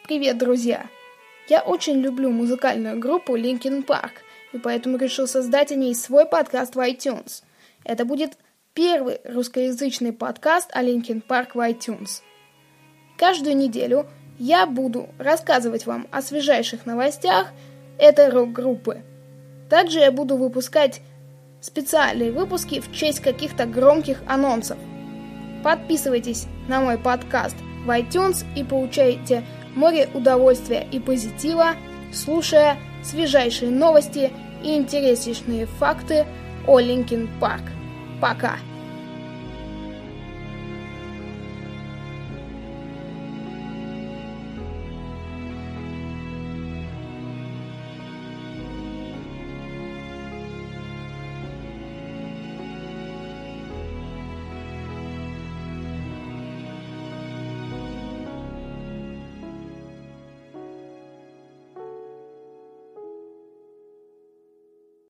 Привет, друзья! Я очень люблю музыкальную группу Linkin Park, и поэтому решил создать о ней свой подкаст в iTunes. Это будет первый русскоязычный подкаст о Linkin Park в iTunes. Каждую неделю я буду рассказывать вам о свежайших новостях этой рок-группы. Также я буду выпускать специальные выпуски в честь каких-то громких анонсов. Подписывайтесь на мой подкаст в iTunes и получайте море удовольствия и позитива, слушая свежайшие новости и интереснейшие факты о Linkin Park. Пока!